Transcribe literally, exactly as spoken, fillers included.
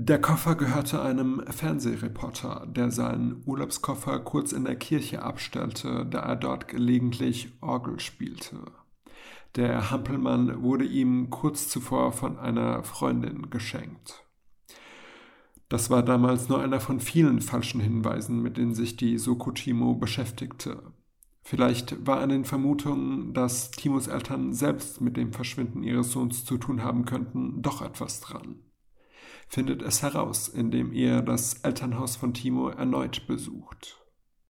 Der Koffer gehörte einem Fernsehreporter, der seinen Urlaubskoffer kurz in der Kirche abstellte, da er dort gelegentlich Orgel spielte. Der Hampelmann wurde ihm kurz zuvor von einer Freundin geschenkt. Das war damals nur einer von vielen falschen Hinweisen, mit denen sich die Soko Timo beschäftigte. Vielleicht war an den Vermutungen, dass Timos Eltern selbst mit dem Verschwinden ihres Sohns zu tun haben könnten, doch etwas dran. Findet es heraus, indem ihr das Elternhaus von Timo erneut besucht.